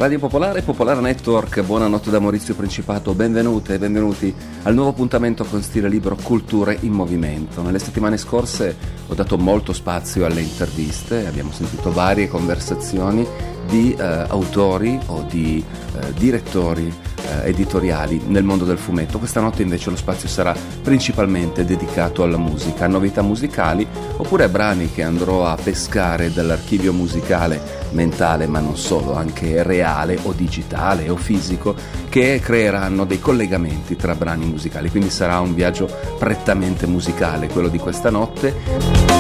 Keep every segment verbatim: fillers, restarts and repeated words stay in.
Radio Popolare, Popolare Network, buonanotte da Maurizio Principato, benvenute e benvenuti al nuovo appuntamento con Stile Libero Culture in Movimento. Nelle settimane scorse ho dato molto spazio alle interviste, abbiamo sentito varie conversazioni di eh, autori o di eh, direttori eh, editoriali nel mondo del fumetto. Questa notte invece lo spazio sarà principalmente dedicato alla musica, a novità musicali oppure a brani che andrò a pescare dall'archivio musicale mentale, ma non solo, anche reale o digitale o fisico, che creeranno dei collegamenti tra brani musicali. Quindi sarà un viaggio prettamente musicale quello di questa notte.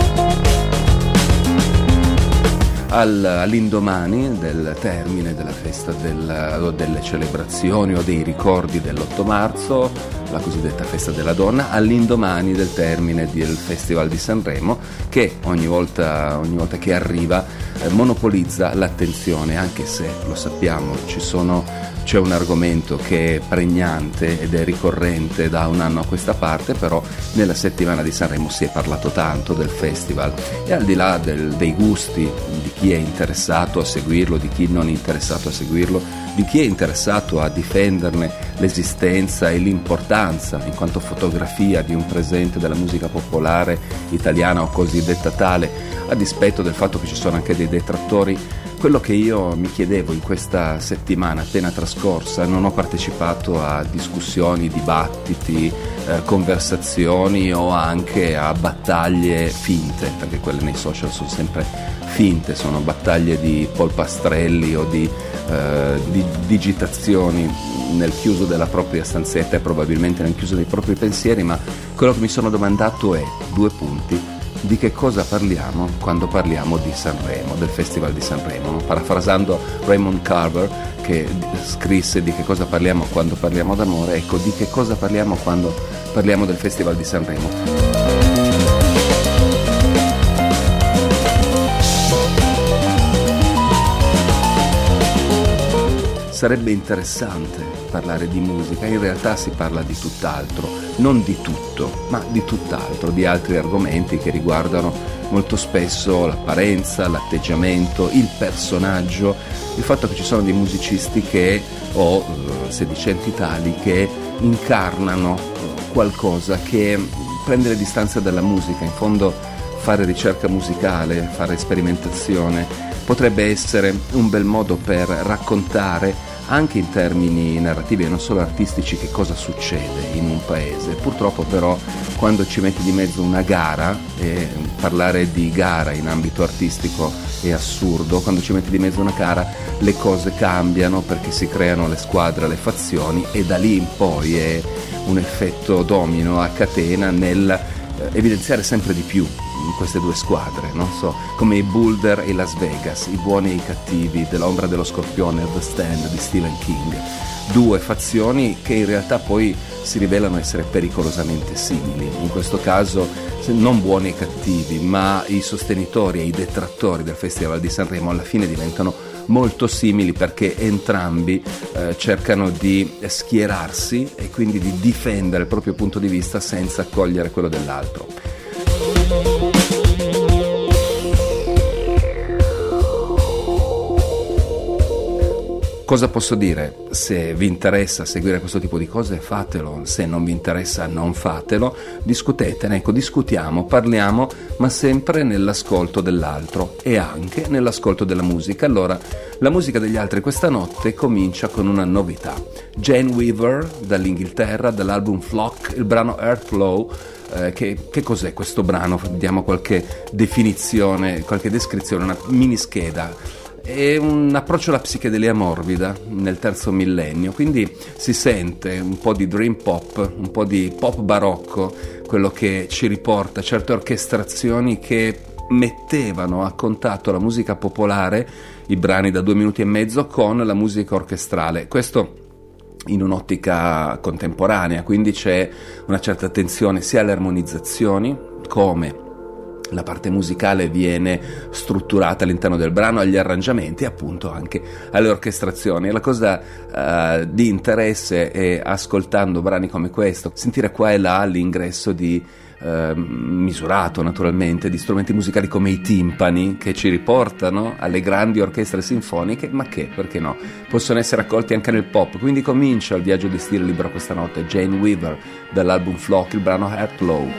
Al, all'indomani del termine della festa del, o delle celebrazioni o dei ricordi dell'otto marzo, la cosiddetta festa della donna, all'indomani del termine del Festival di Sanremo, che ogni volta, ogni volta che arriva eh, monopolizza l'attenzione, anche se lo sappiamo, ci sono c'è un argomento che è pregnante ed è ricorrente da un anno a questa parte, però nella settimana di Sanremo si è parlato tanto del festival e al di là del, dei gusti di chi è interessato a seguirlo, di chi non è interessato a seguirlo, di chi è interessato a difenderne l'esistenza e l'importanza in quanto fotografia di un presente della musica popolare italiana o cosiddetta tale, a dispetto del fatto che ci sono anche dei detrattori. Quello che io mi chiedevo in questa settimana appena trascorsa, non ho partecipato a discussioni, dibattiti, eh, conversazioni o anche a battaglie finte, perché quelle nei social sono sempre finte, sono battaglie di polpastrelli o di, eh, di digitazioni nel chiuso della propria stanzetta e probabilmente nel chiuso dei propri pensieri, ma quello che mi sono domandato è, due punti, di che cosa parliamo quando parliamo di Sanremo, del Festival di Sanremo, no? Parafrasando Raymond Carver, che scrisse di che cosa parliamo quando parliamo d'amore, ecco, di che cosa parliamo quando parliamo del Festival di Sanremo. Sarebbe interessante parlare di musica, in realtà si parla di tutt'altro, non di tutto, ma di tutt'altro, di altri argomenti che riguardano molto spesso l'apparenza, l'atteggiamento, il personaggio, il fatto che ci sono dei musicisti che, o sedicenti tali, che incarnano qualcosa che prende le distanze dalla musica. In fondo fare ricerca musicale, fare sperimentazione potrebbe essere un bel modo per raccontare anche in termini narrativi e non solo artistici che cosa succede in un paese. Purtroppo però quando ci metti di mezzo una gara, e parlare di gara in ambito artistico è assurdo, quando ci metti di mezzo una gara le cose cambiano perché si creano le squadre, le fazioni e da lì in poi è un effetto domino a catena nel eh, evidenziare sempre di più queste due squadre, non so, come i Boulder e Las Vegas, i buoni e i cattivi, dell'Ombra dello Scorpione, The Stand di Stephen King, due fazioni che in realtà poi si rivelano essere pericolosamente simili, in questo caso non buoni e cattivi, ma i sostenitori e i detrattori del Festival di Sanremo alla fine diventano molto simili perché entrambi eh, cercano di schierarsi e quindi di difendere il proprio punto di vista senza accogliere quello dell'altro. Cosa posso dire? Se vi interessa seguire questo tipo di cose fatelo, se non vi interessa non fatelo, discutetene, ecco, discutiamo, parliamo, ma sempre nell'ascolto dell'altro e anche nell'ascolto della musica. Allora, la musica degli altri questa notte comincia con una novità. Jane Weaver dall'Inghilterra, dall'album Flock, il brano Earthflow. Eh, che, che cos'è questo brano? Diamo qualche definizione, qualche descrizione, una mini scheda. È un approccio alla psichedelia morbida nel terzo millennio, quindi si sente un po' di dream pop, un po' di pop barocco, quello che ci riporta certe orchestrazioni che mettevano a contatto la musica popolare, i brani da due minuti e mezzo, con la musica orchestrale. Questo in un'ottica contemporanea, quindi c'è una certa attenzione sia alle armonizzazioni come la parte musicale viene strutturata all'interno del brano, agli arrangiamenti e appunto anche alle orchestrazioni. La cosa uh, di interesse è, ascoltando brani come questo, sentire qua e là l'ingresso di uh, misurato naturalmente di strumenti musicali come i timpani, che ci riportano alle grandi orchestre sinfoniche, ma che, perché no, possono essere accolti anche nel pop. Quindi comincia il viaggio di stile libero questa notte. Jane Weaver dall'album Flock, il brano Heartflow.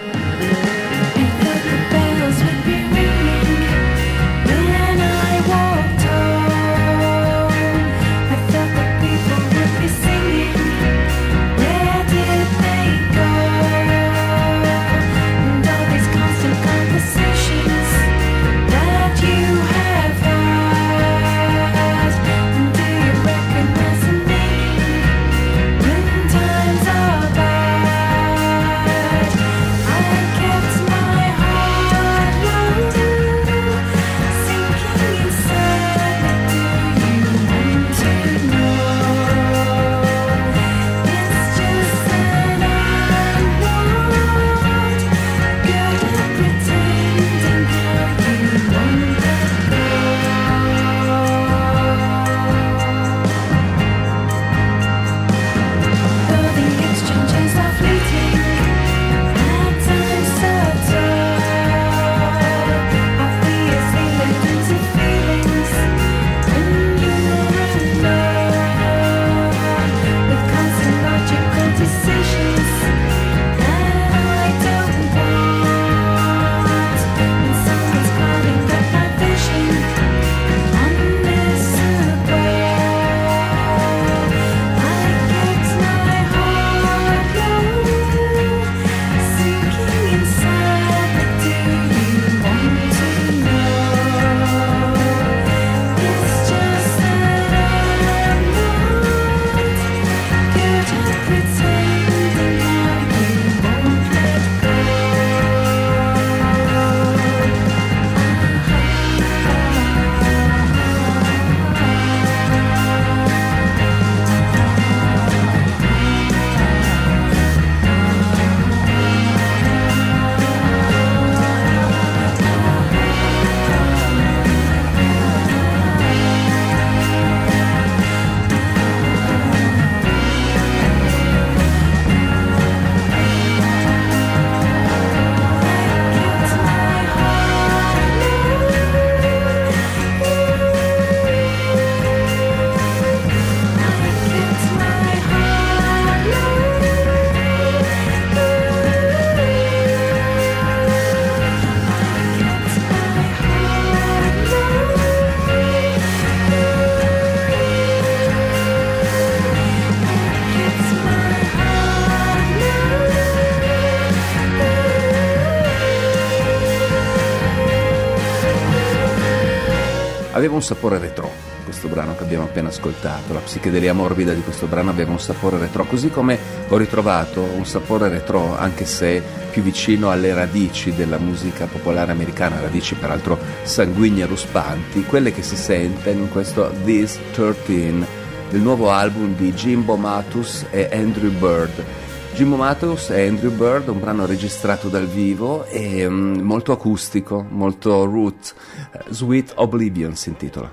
Aveva un sapore retro questo brano che abbiamo appena ascoltato, la psichedelia morbida di questo brano aveva un sapore retro, così come ho ritrovato un sapore retro, anche se più vicino alle radici della musica popolare americana, radici peraltro sanguigne e ruspanti, quelle che si sente in questo This tredici, il nuovo album di Jimbo Matus e Andrew Bird. Jimbo Matus e Andrew Bird, un brano registrato dal vivo e um, molto acustico, molto root, uh, Sweet Oblivion si intitola.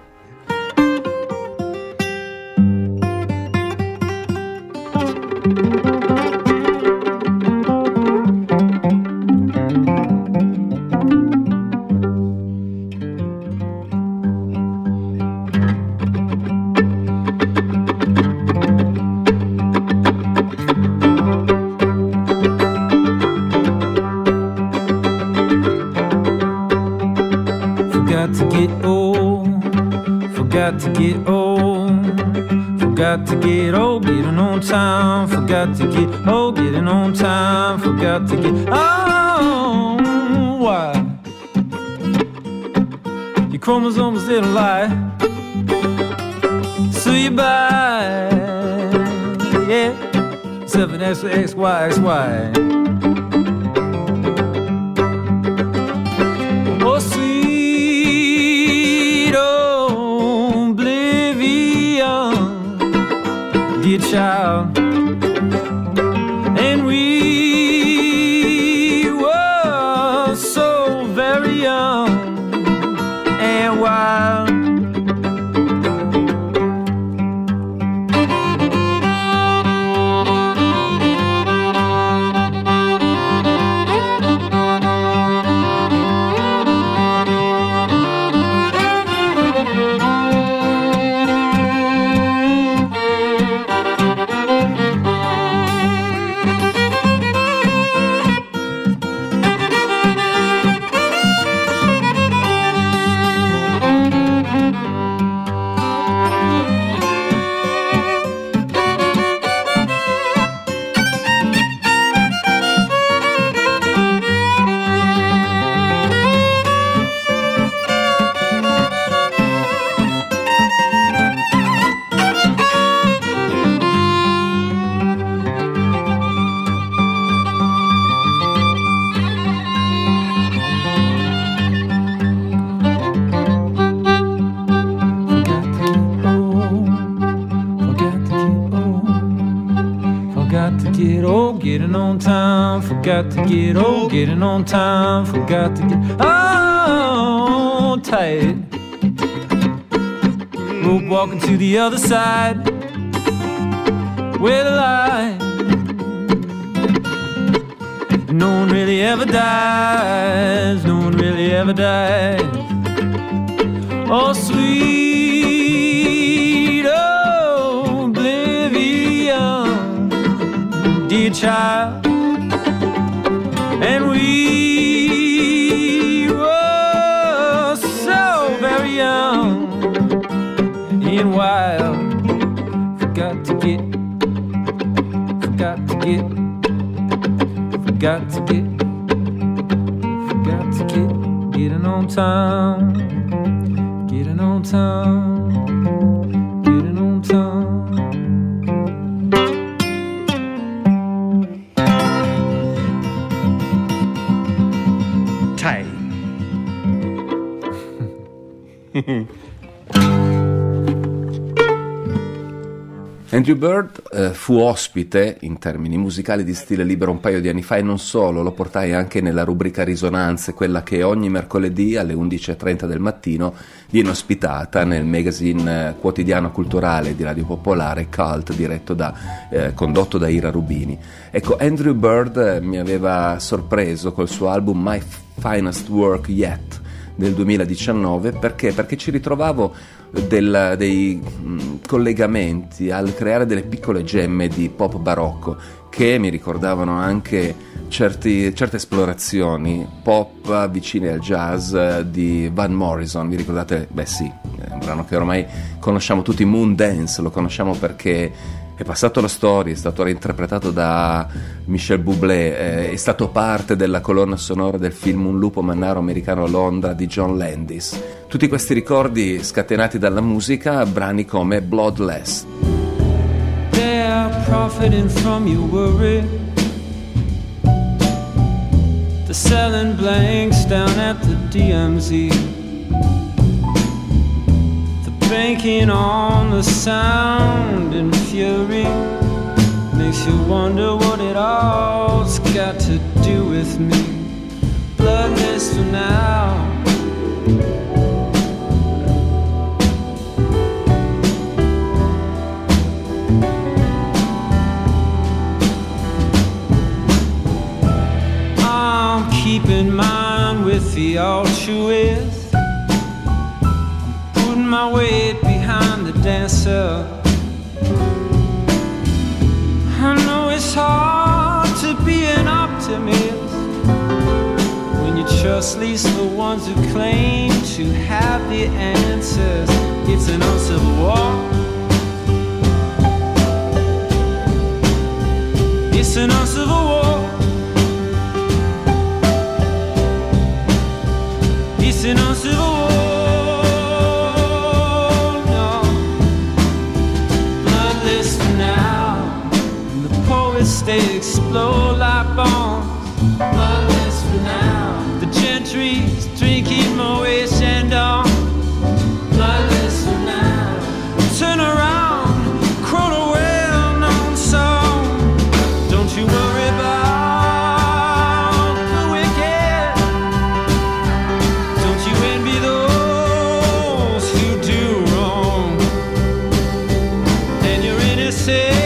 to get old, forgot to get old, getting on time, forgot to get old, getting on time, forgot to get oh, why? Your chromosomes didn't lie, so you buy, yeah, seven X X Y X Y. Oh, sweet oblivion, dear child, and we were so very oh, getting on time, forgot to get, oh, getting on time, forgot to get, oh, tight. Rope walking to the other side, where the light. No one really ever dies, no one really ever dies. Oh, sweet oblivion, dear child. And we were so very young and wild. Forgot to get, forgot to get, forgot to get, forgot to get, getting on time, getting on time, getting on time. Tight. Andrew Bird eh, fu ospite in termini musicali di Stile Libero un paio di anni fa, e non solo, lo portai anche nella rubrica Risonanze, quella che ogni mercoledì alle undici e trenta del mattino viene ospitata nel magazine eh, quotidiano culturale di Radio Popolare Cult, diretto da, eh, condotto da Ira Rubini. Ecco, Andrew Bird eh, mi aveva sorpreso col suo album My Finest Work Yet del duemiladiciannove, perché? Perché ci ritrovavo del, dei mh, collegamenti al creare delle piccole gemme di pop barocco che mi ricordavano anche certi, certe esplorazioni pop vicine al jazz di Van Morrison. Vi ricordate? Beh sì, è un brano che ormai conosciamo tutti, Moon Dance, lo conosciamo perché è passato la storia, è stato reinterpretato da Michel Bublé, eh, è stato parte della colonna sonora del film Un lupo mannaro americano a Londra di John Landis. Tutti questi ricordi scatenati dalla musica, brani come Bloodless. They're profiting from your worry. They're selling blanks down at the D M Z. Banking on the sound and fury makes you wonder what it all's got to do with me. Bloodless for now. I'm keeping mine with the altruist, my weight behind the dancer. I know it's hard to be an optimist when you trust least the ones who claim to have the answers. It's an uncivil war. It's an uncivil war. It's an uncivil war. They explode like bombs. Bloodless for now. The gentry's drinking Moet Chandon. Bloodless for now. Turn around, quote a well-known song. Don't you worry about the wicked. Don't you envy those who do wrong. And you're innocent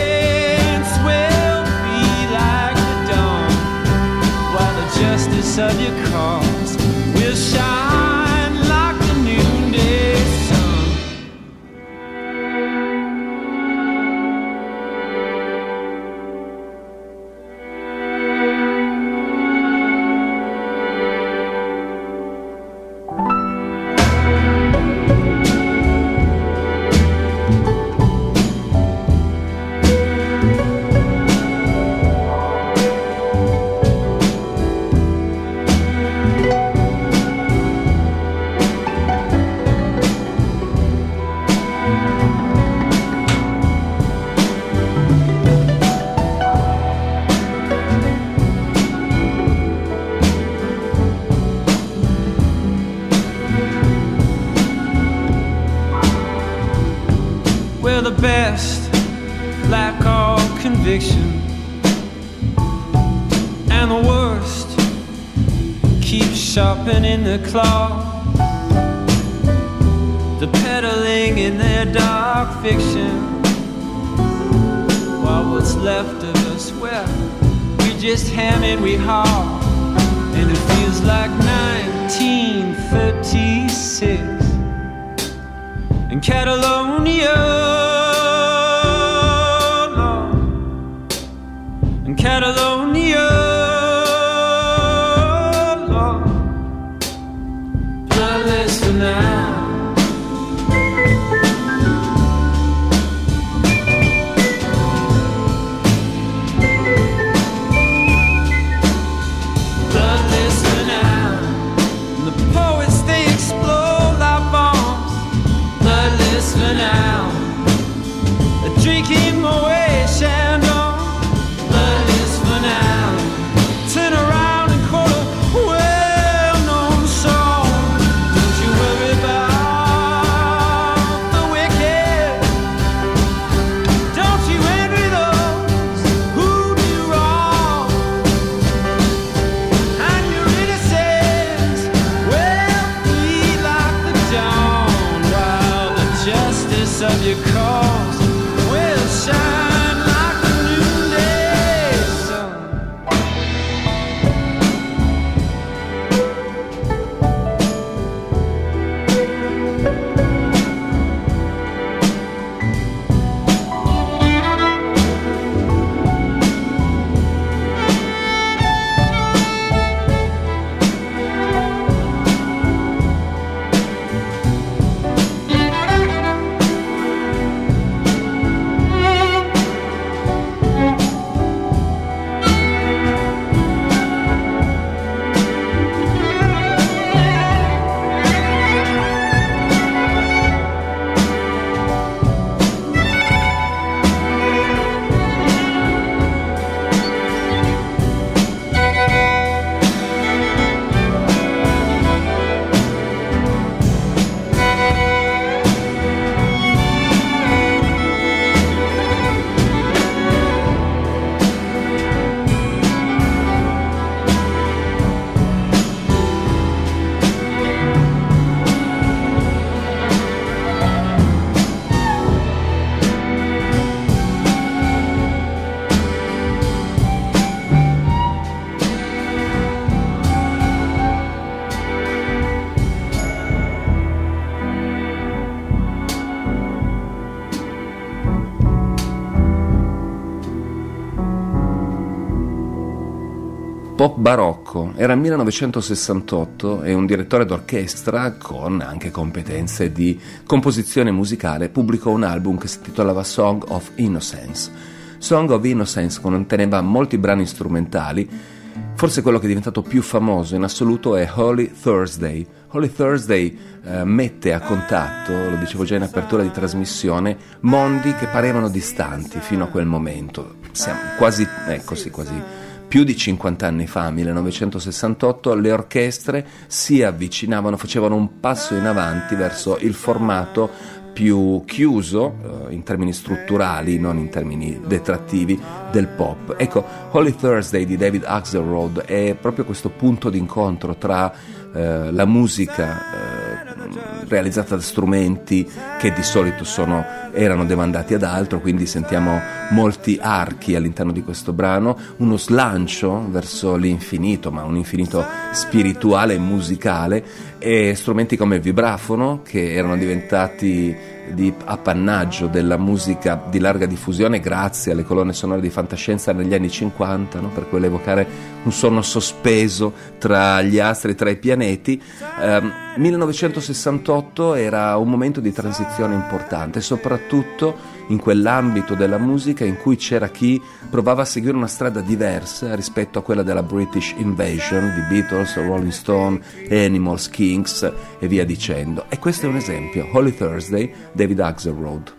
of your cause will shine like the noonday sun. The best lack all conviction. sharpening the claw, the peddling in their dark fiction, while what's left of us, well, we just ham and we haul, and it feels like nineteen thirty-six in Catalonia, Lord, in Catalonia, Lord, bloodless for now. Drinking away Chandon, bloodless for now. Turn around and quote a well-known song. Don't you worry about the wicked. Don't you envy those who do wrong. And your innocence will be like the dawn, while the justice of your cause shine like the noonday sun. Pop barocco, era il millenovecentosessantotto e un direttore d'orchestra con anche competenze di composizione musicale pubblicò un album che si intitolava Song of Innocence. Song of Innocence conteneva molti brani strumentali, forse quello che è diventato più famoso in assoluto è Holy Thursday. Holy Thursday eh, mette a contatto, lo dicevo già in apertura di trasmissione, mondi che parevano distanti fino a quel momento. Siamo quasi, ecco sì, quasi più di cinquanta anni fa, millenovecentosessantotto, le orchestre si avvicinavano, facevano un passo in avanti verso il formato più chiuso, eh, in termini strutturali, non in termini detrattivi, del pop. Ecco, Holy Thursday di David Axelrod è proprio questo punto d'incontro tra eh, la musica eh, realizzata da strumenti che di solito sono, erano demandati ad altro, quindi sentiamo molti archi all'interno di questo brano, uno slancio verso l'infinito, ma un infinito spirituale e musicale, e strumenti come il vibrafono, che erano diventati di appannaggio della musica di larga diffusione grazie alle colonne sonore di fantascienza negli anni cinquanta, no? Per quell'evocare un sonno sospeso tra gli astri, tra i pianeti. eh, millenovecentosessantotto era un momento di transizione importante, soprattutto in quell'ambito della musica in cui c'era chi provava a seguire una strada diversa rispetto a quella della British Invasion di Beatles, Rolling Stone, Animals, Kings e via dicendo. E questo è un esempio, Holy Thursday, David Axelrod.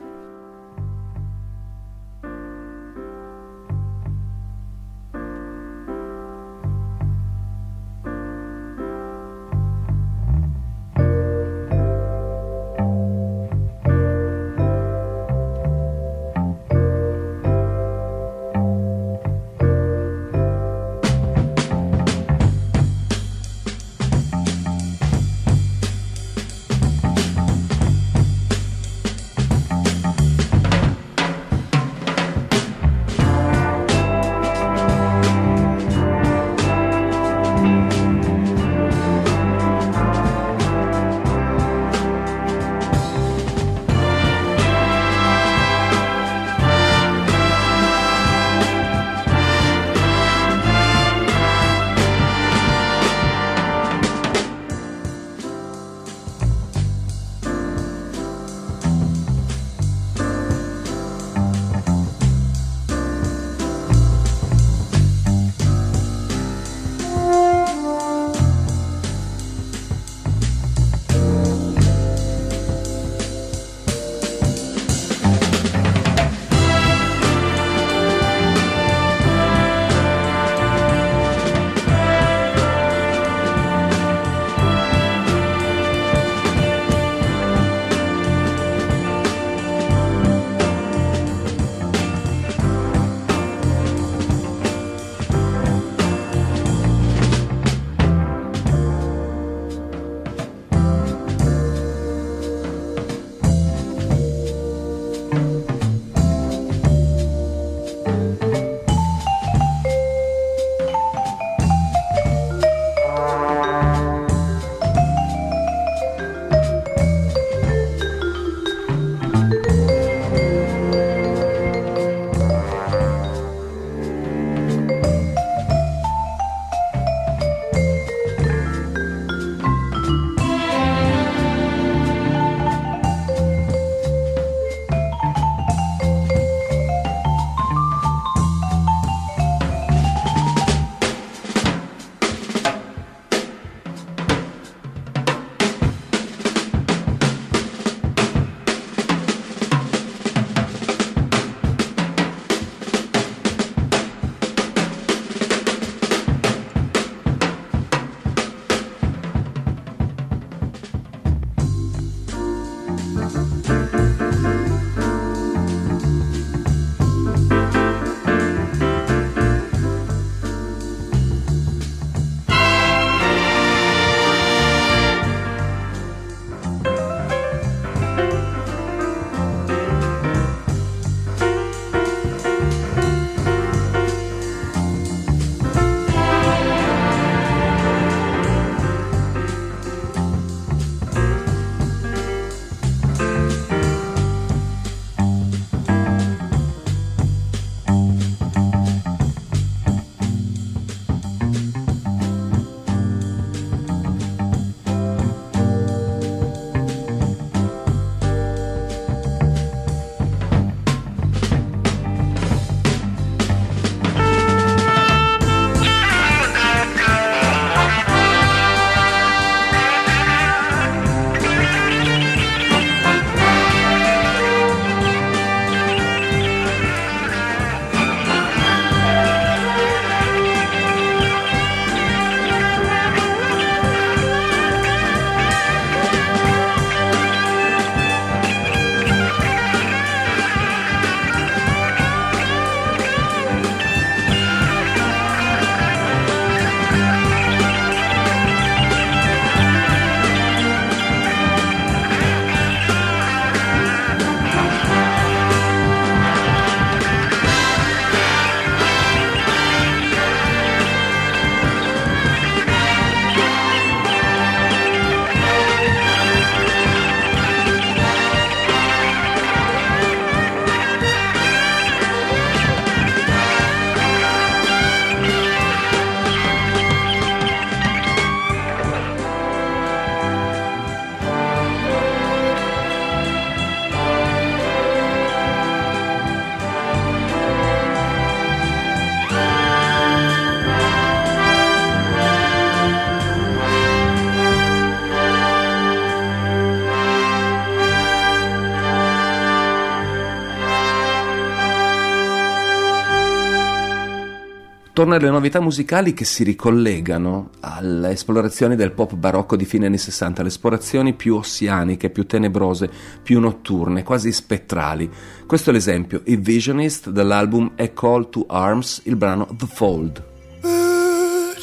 torna alle novità musicali che si ricollegano alle esplorazioni del pop barocco di fine anni sessanta, le esplorazioni più ossianiche, più tenebrose, più notturne, quasi spettrali. Questo è l'esempio, i Visionist dall'album A Call to Arms, il brano The Fold. Bird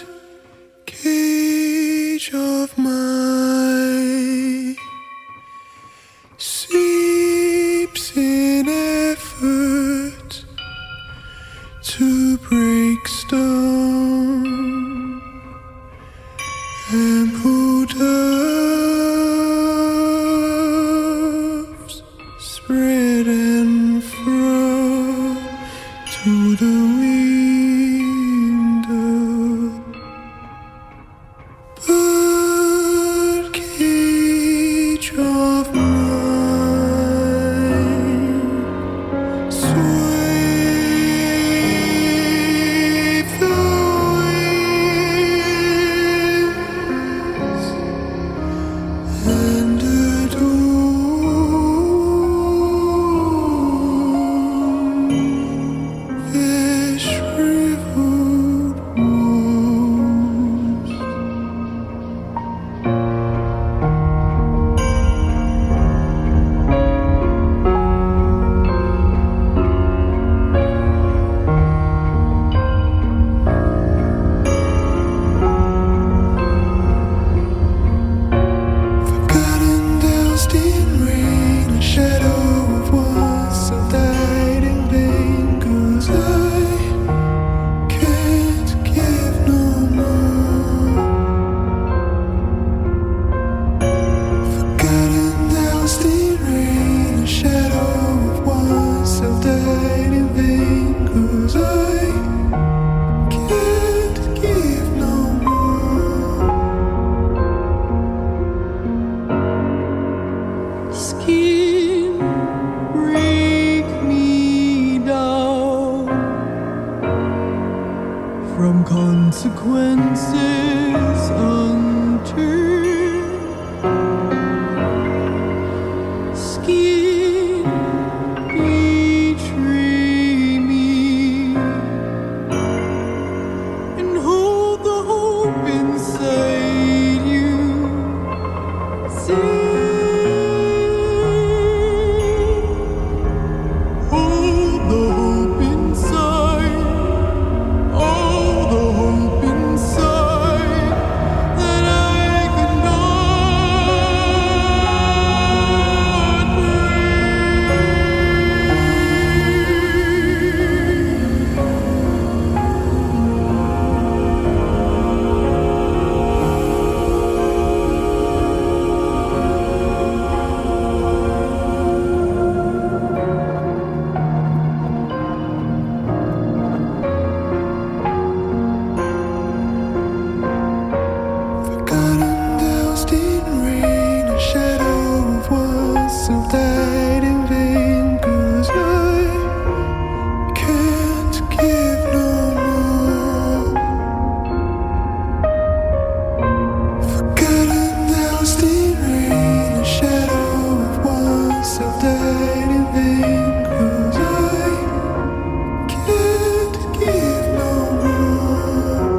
cage of mine seeps in effort to break stone and pull doves spread and fro to the window. Bird cage of mine, sway the winds and adorn their shriveled walls. Forgotten doused in rain, a shadow of once I died in vain, 'cause I can't give no more. Forgotten doused in rain, a shadow of once I died in vain, 'cause I can't give no more. Skin break me down from consequences unturned. Skin betray me and hold the hope inside you. See, hold the hope inside, all the hope inside that I cannot Forgotten doused in rain, a shadow of once I've died in vain, 'cause I can't give no more. Forgotten doused in rain, a shadow of once I've died in vain, 'cause I can't give no more.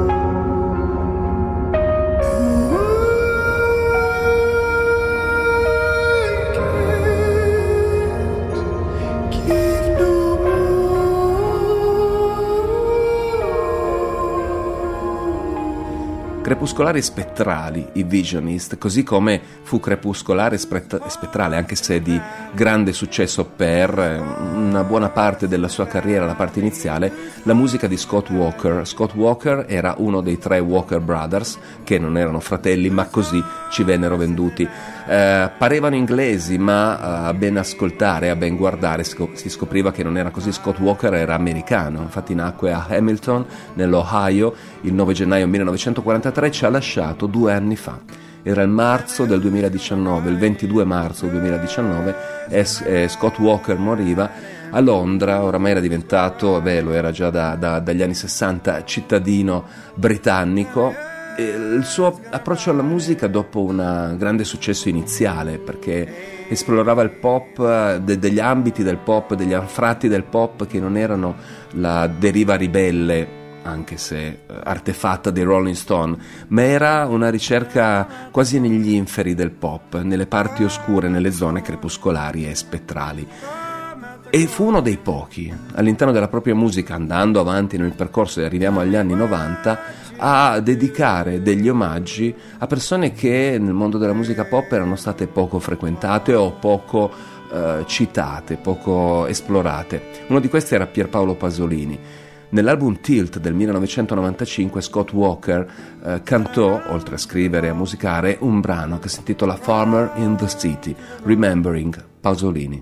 Crepuscolari spettrali, i Visionist, così come fu crepuscolare e spret- spettrale, anche se di grande successo per eh, una buona parte della sua carriera, la parte iniziale, la musica di Scott Walker. Scott Walker era uno dei tre Walker Brothers, che non erano fratelli, ma così ci vennero venduti. Eh, parevano inglesi, ma a ben ascoltare, a ben guardare, scop- si scopriva che non era così. Scott Walker era americano, infatti nacque a Hamilton, nell'Ohio, il nove gennaio millenovecentoquarantatré, ci ha lasciato due anni fa. Era il marzo del duemiladiciannove, il ventidue marzo duemiladiciannove, e, e Scott Walker moriva a Londra. Oramai era diventato, beh, lo era già da, da, dagli anni sessanta, cittadino britannico. E il suo approccio alla musica, dopo un grande successo iniziale, perché esplorava il pop, de, degli ambiti del pop, degli anfratti del pop che non erano la deriva ribelle anche se eh, artefatta dei Rolling Stone, ma era una ricerca quasi negli inferi del pop, nelle parti oscure, nelle zone crepuscolari e spettrali. E fu uno dei pochi, all'interno della propria musica, andando avanti nel percorso e arriviamo agli anni novanta, a dedicare degli omaggi a persone che nel mondo della musica pop erano state poco frequentate o poco eh, citate, poco esplorate. Uno di questi era Pierpaolo Pasolini. Nell'album Tilt del millenovecentonovantacinque Scott Walker eh, cantò, oltre a scrivere e a musicare, un brano che si intitola Farmer in the City, Remembering Pasolini.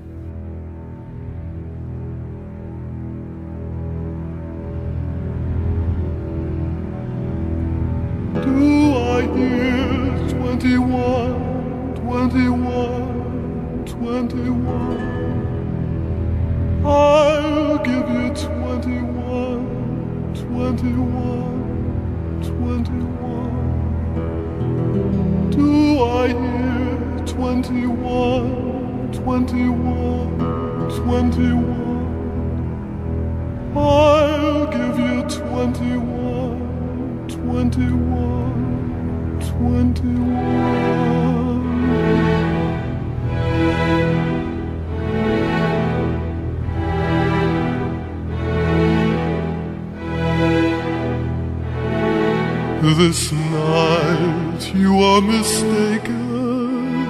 twenty-one, twenty-one, twenty-one. I'll give you twenty-one, twenty-one, twenty-one. Do I hear twenty-one, twenty-one, twenty-one? I'll give you twenty-one, twenty-one, twenty-one. This night you are mistaken.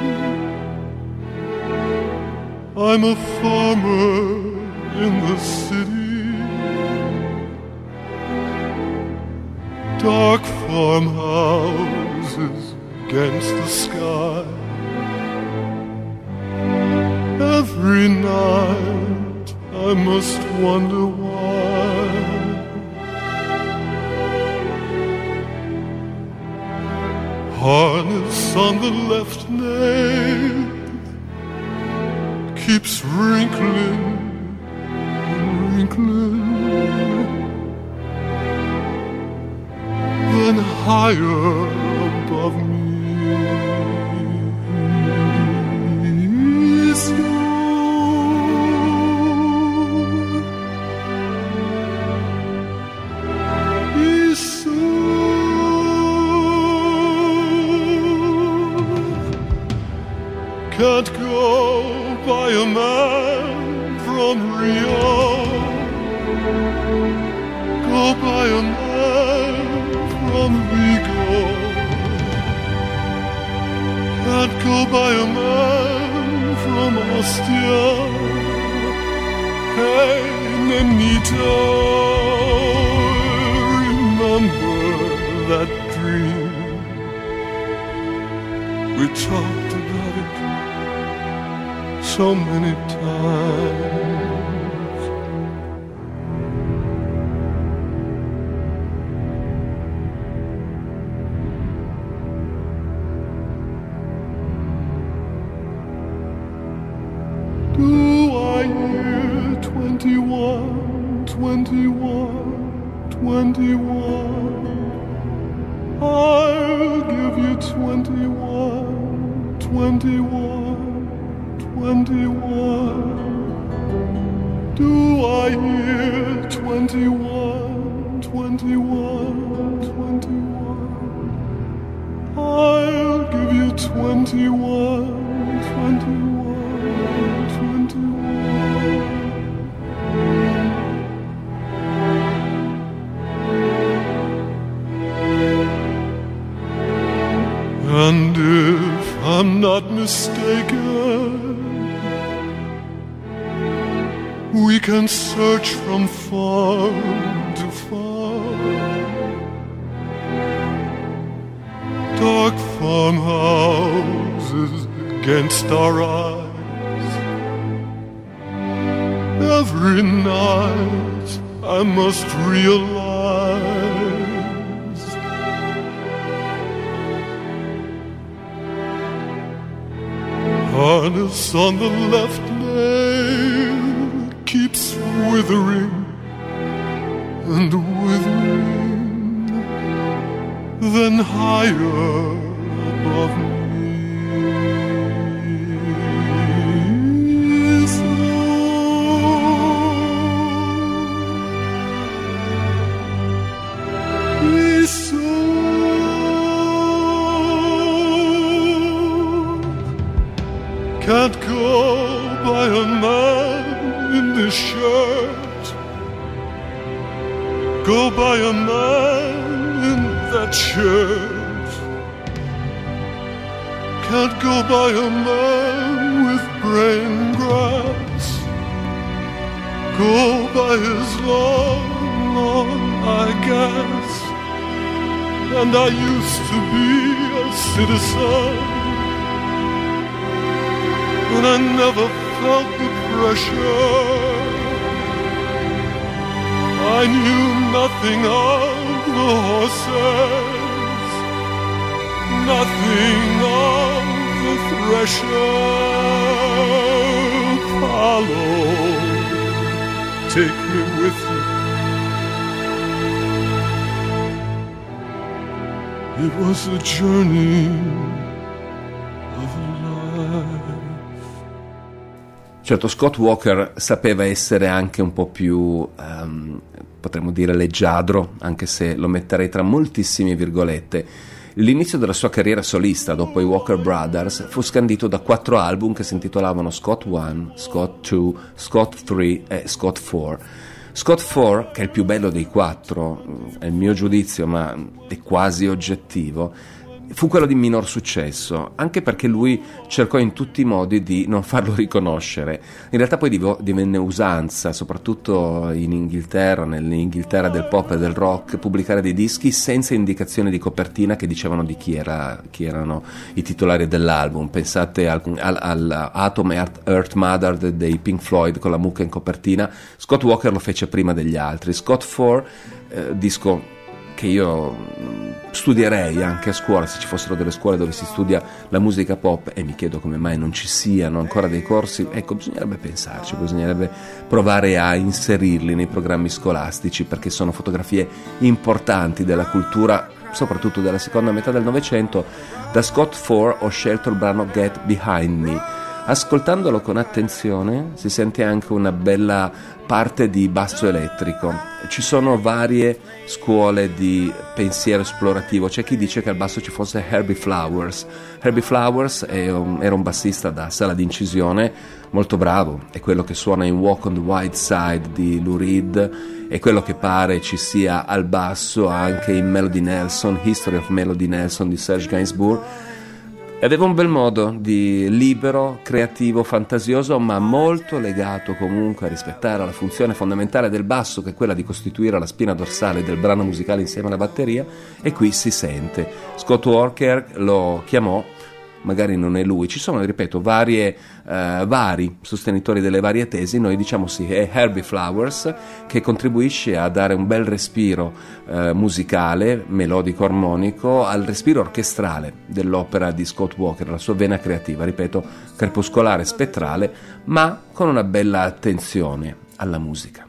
I'm a farmer in the city. Dark farmhouses against the sky. Every night I must wonder why. Harness on the left nail keeps wrinkling and wrinkling. Then higher above me is you. Is you. Can't go by a man from Rio. Go by a man from Vigo. Can't go by a man from Ostia. Hey, Nenito, remember that dream? We talked about it so many times. Do I hear twenty-one, twenty-one, twenty-one? I'll give you twenty-one, twenty-one, twenty-one. Do I hear twenty-one, twenty-one, twenty-one? I'll give you twenty-one, twenty-one, twenty-one. And if I'm not mistaken, we can search from far to far. Dark farmhouses against our eyes. Every night I must realize harness on the left nail keeps withering and withering, then higher above me is you. church can't go by a man with brain grass. Go by his long, long eye gas. And I used to be a citizen, and I never felt the pressure. I knew nothing of the horses, nothing of the thresher. Follow, take me with you. It was a journey of a life. Certo, Scott Walker sapeva essere anche un po' più, um, potremmo dire, leggiadro, anche se lo metterei tra moltissime virgolette. L'inizio della sua carriera solista dopo i Walker Brothers fu scandito da quattro album che si intitolavano Scott uno, Scott due, Scott tre e Scott quattro. Scott quattro, che è il più bello dei quattro, è il mio giudizio, ma è quasi oggettivo, fu quello di minor successo, anche perché lui cercò in tutti i modi di non farlo riconoscere. In realtà poi div- divenne usanza, soprattutto in Inghilterra, nell'Inghilterra del pop e del rock, pubblicare dei dischi senza indicazioni di copertina che dicevano di chi, era, chi erano i titolari dell'album. Pensate al, al, al Atom Earth Mother dei Pink Floyd con la mucca in copertina. Scott Walker lo fece prima degli altri. Scott quattro, eh, disco che io studierei anche a scuola, se ci fossero delle scuole dove si studia la musica pop, e mi chiedo come mai non ci siano ancora dei corsi. Ecco, bisognerebbe pensarci, bisognerebbe provare a inserirli nei programmi scolastici, perché sono fotografie importanti della cultura, soprattutto della seconda metà del Novecento. Da Scott quattro ho scelto il brano Get Behind Me. Ascoltandolo con attenzione si sente anche una bella parte di basso elettrico. Ci sono varie scuole di pensiero esplorativo. C'è chi dice che al basso ci fosse Herbie Flowers. Herbie Flowers è un, era un bassista da sala d'incisione molto bravo, è quello che suona in Walk on the White Side di Lou Reed, è quello che pare ci sia al basso anche in Melody Nelson, History of Melody Nelson di Serge Gainsbourg. Aveva un bel modo di libero, creativo, fantasioso, ma molto legato comunque a rispettare la funzione fondamentale del basso, che è quella di costituire la spina dorsale del brano musicale insieme alla batteria, e qui si sente. Scott Walker lo chiamò, magari non è lui, ci sono, ripeto, varie, eh, vari sostenitori delle varie tesi. Noi diciamo sì, è Herbie Flowers, che contribuisce a dare un bel respiro eh, musicale, melodico, armonico al respiro orchestrale dell'opera di Scott Walker, la sua vena creativa, ripeto, crepuscolare, spettrale, ma con una bella attenzione alla musica.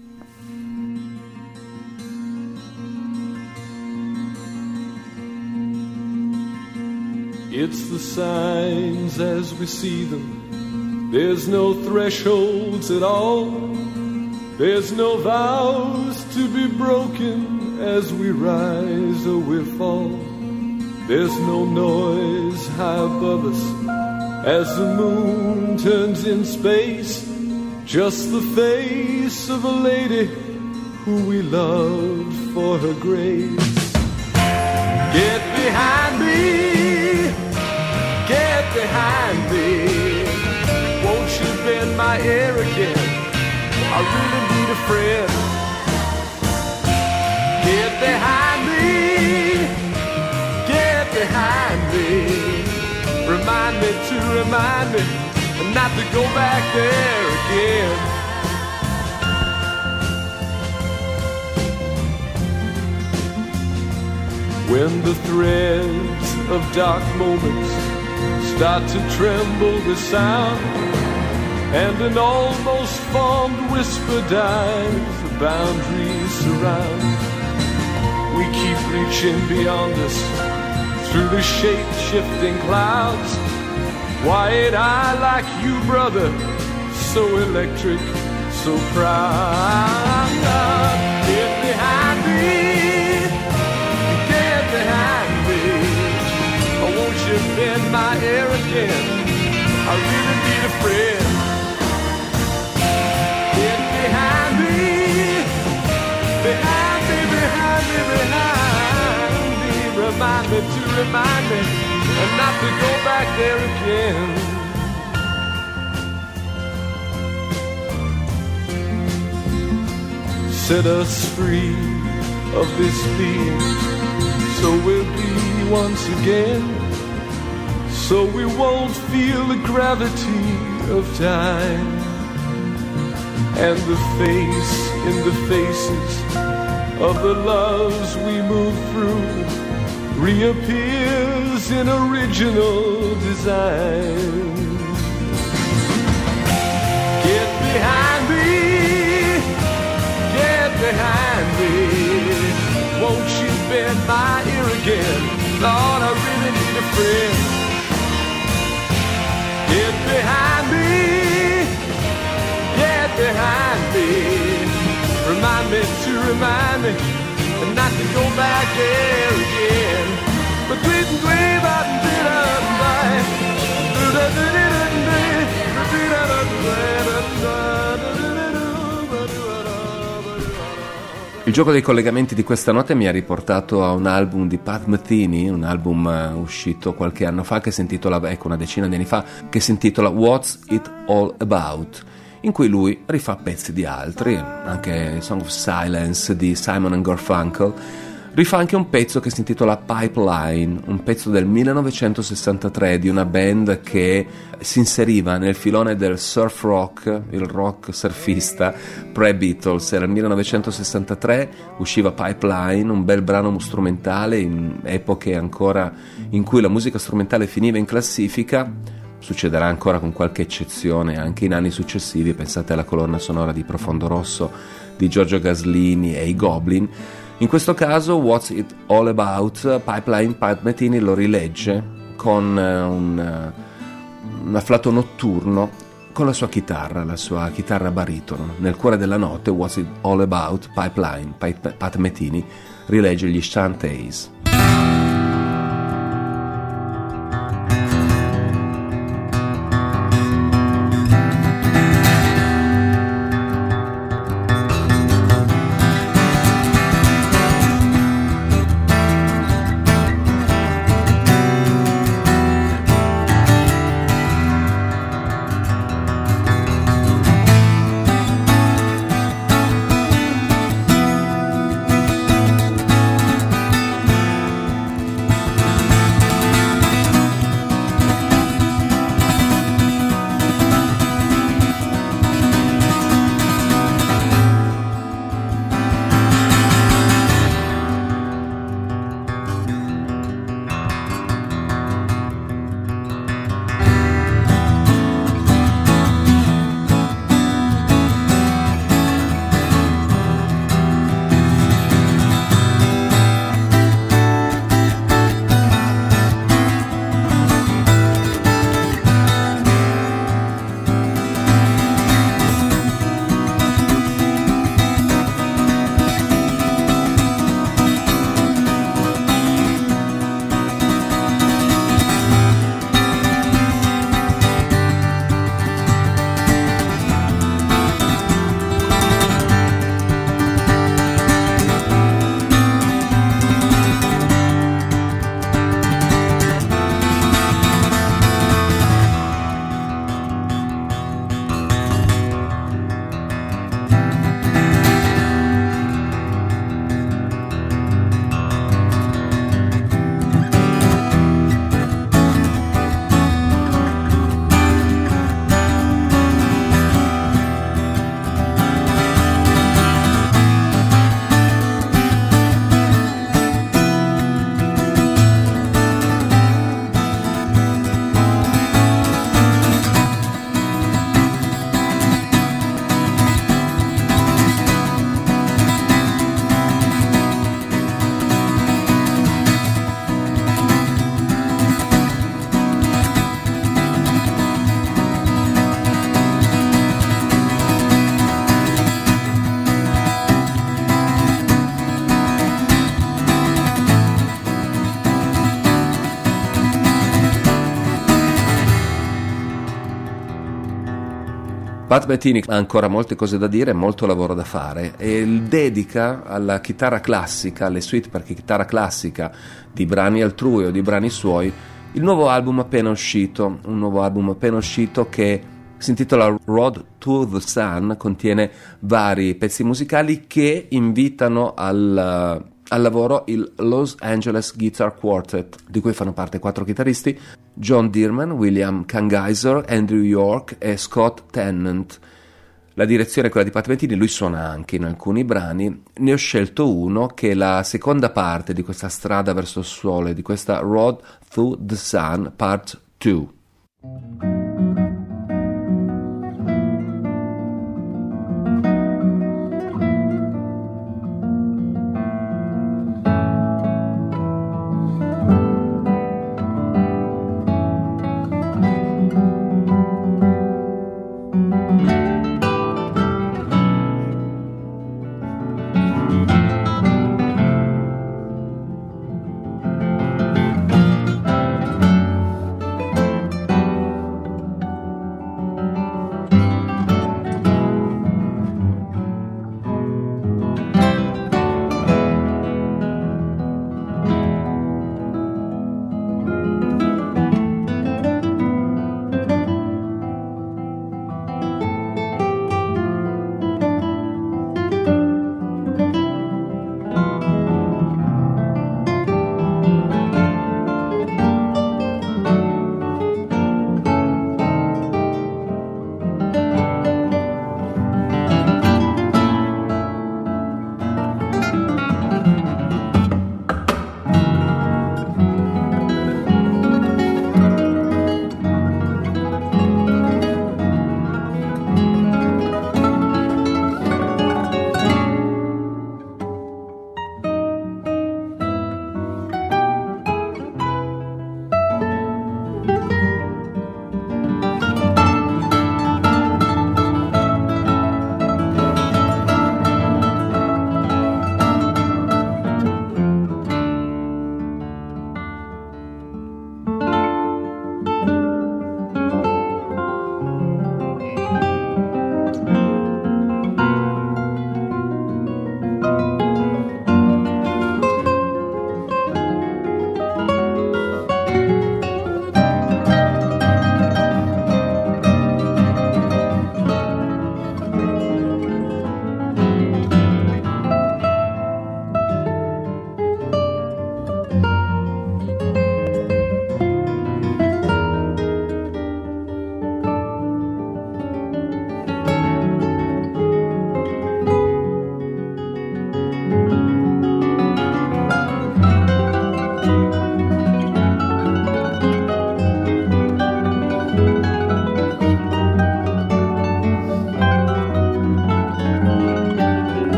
It's the signs as we see them. There's no thresholds at all. There's no vows to be broken as we rise or we fall. There's no noise high above us as the moon turns in space. Just the face of a lady who we loved for her grace. Get behind me. Get behind me. Won't you bend my ear again? I really need a friend. Get behind me. Get behind me. Remind me to remind me not to go back there again. When the threads of dark moments start to tremble with sound, and an almost formed whisper dies, the boundaries surround. We keep reaching beyond us through the shape-shifting clouds. Why ain't I like you, brother? So electric, so proud. Get behind me, get behind me. Won't you bend my ear again? I really need a friend. Get behind me, behind me, behind me, behind me. remind me, to remind me, and not to go back there again. Set us free of this fear, so we'll be once again, so we won't feel the gravity of time, and the face in the faces of the loves we move through reappears in original design. Get behind me, get behind me, won't you bend my ear again? Lord, I really need a friend. Get behind me, get behind me, remind me to remind me, and not to go back there again. But tweet and tweet about Il gioco dei collegamenti di questa notte mi ha riportato a un album di Pat Metheny, un album uh, uscito qualche anno fa, che si intitola, ecco una decina di anni fa, che si intitola What's It All About, in cui lui rifà pezzi di altri, anche Song of Silence di Simon and Garfunkel. Rifà anche un pezzo che si intitola Pipeline, un pezzo del millenovecentosessantatré di una band che si inseriva nel filone del surf rock, il rock surfista pre-Beatles. Era il millenovecentosessantatré, usciva Pipeline, un bel brano strumentale in epoche ancora in cui la musica strumentale finiva in classifica. Succederà ancora con qualche eccezione anche in anni successivi, pensate alla colonna sonora di Profondo Rosso di Giorgio Gaslini e i Goblin. In questo caso What's It All About, Pipeline, Pat Metheny lo rilegge con un, un afflato notturno con la sua chitarra, la sua chitarra baritono. Nel cuore della notte, What's It All About, Pipeline, Pat Metheny rilegge gli Shantays. Pat Metheny ha ancora molte cose da dire, molto lavoro da fare, e dedica alla chitarra classica, alle suite per chitarra classica di brani altrui o di brani suoi, il nuovo album appena uscito, un nuovo album appena uscito che si intitola Road to the Sun, contiene vari pezzi musicali che invitano al, al lavoro il Los Angeles Guitar Quartet, di cui fanno parte quattro chitarristi: John Dearman, William Kangaiser, Andrew York e Scott Tennant. La direzione è quella di Pat Metheny, lui suona anche in alcuni brani. Ne ho scelto uno che è la seconda parte di questa strada verso il sole, di questa Road to the Sun Part due.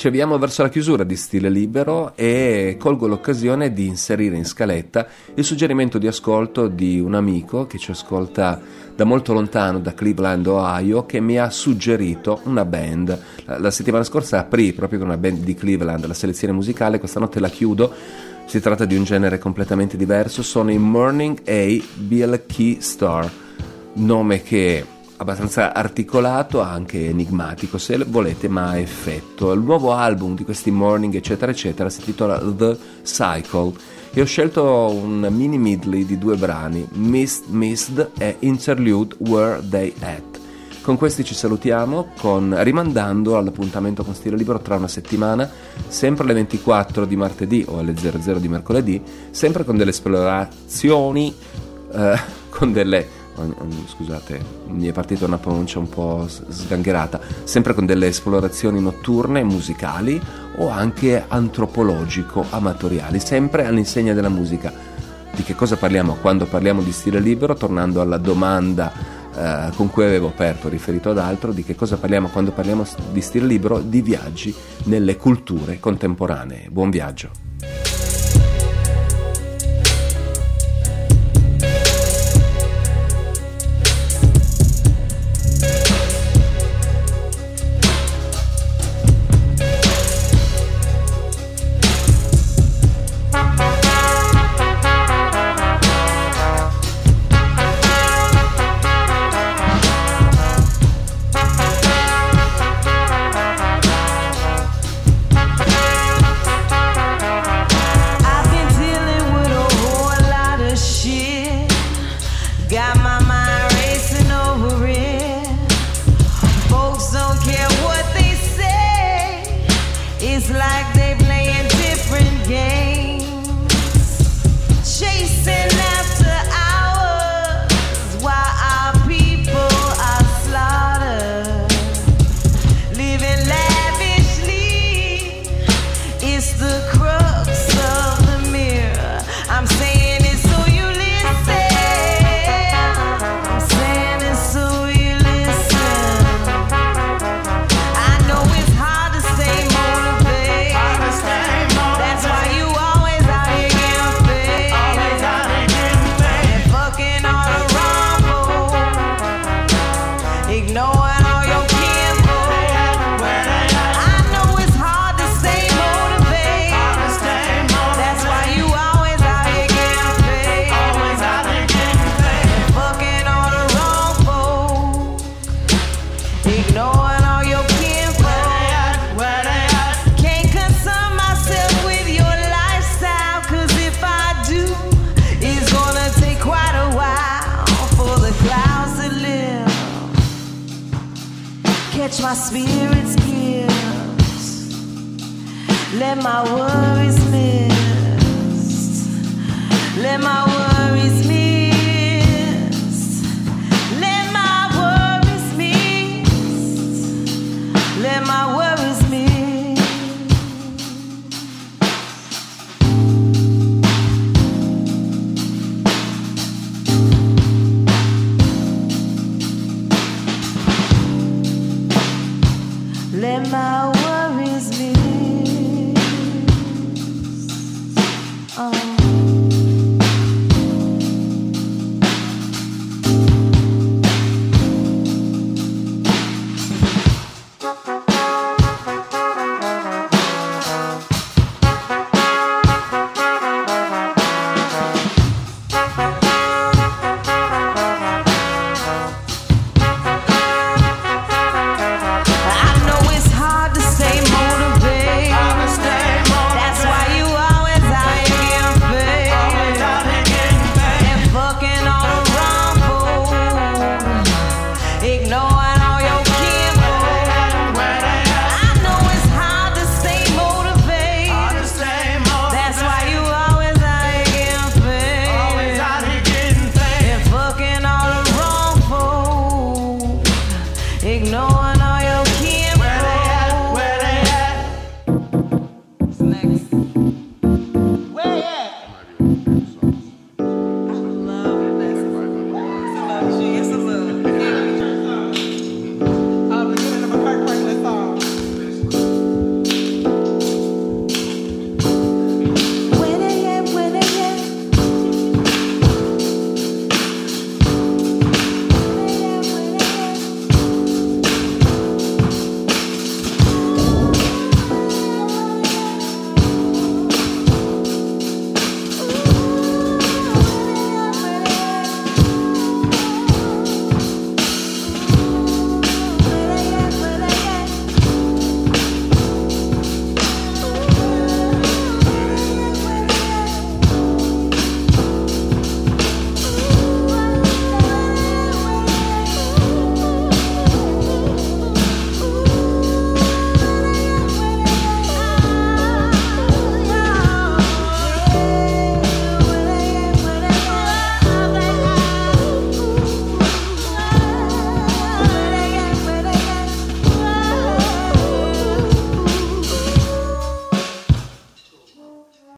Ci avviamo verso la chiusura di Stile Libero e colgo l'occasione di inserire in scaletta il suggerimento di ascolto di un amico che ci ascolta da molto lontano, da Cleveland, Ohio, che mi ha suggerito una band. La, la settimana scorsa aprì proprio con una band di Cleveland la selezione musicale, questa notte la chiudo. Si tratta di un genere completamente diverso, sono i Morning A Bill Key Star, nome che è abbastanza articolato, anche enigmatico se volete, ma ha effetto. Il nuovo album di questi Morning eccetera eccetera si intitola The Cycle e ho scelto un mini medley di due brani, Missed Missed e Interlude Where They At. Con questi ci salutiamo, con, rimandando all'appuntamento con Stile Libero tra una settimana, sempre alle ventiquattro di martedì o alle zero zero di mercoledì, sempre con delle esplorazioni, eh, con delle... scusate, mi è partita una pronuncia un po' sgangherata, sempre con delle esplorazioni notturne, musicali o anche antropologico-amatoriali, sempre all'insegna della musica. Di che cosa parliamo quando parliamo di Stile Libero? Tornando alla domanda eh, con cui avevo aperto, riferito ad altro, di che cosa parliamo quando parliamo di Stile Libero? Di viaggi nelle culture contemporanee. Buon viaggio. My spirit's gifts, let my worries mist, let my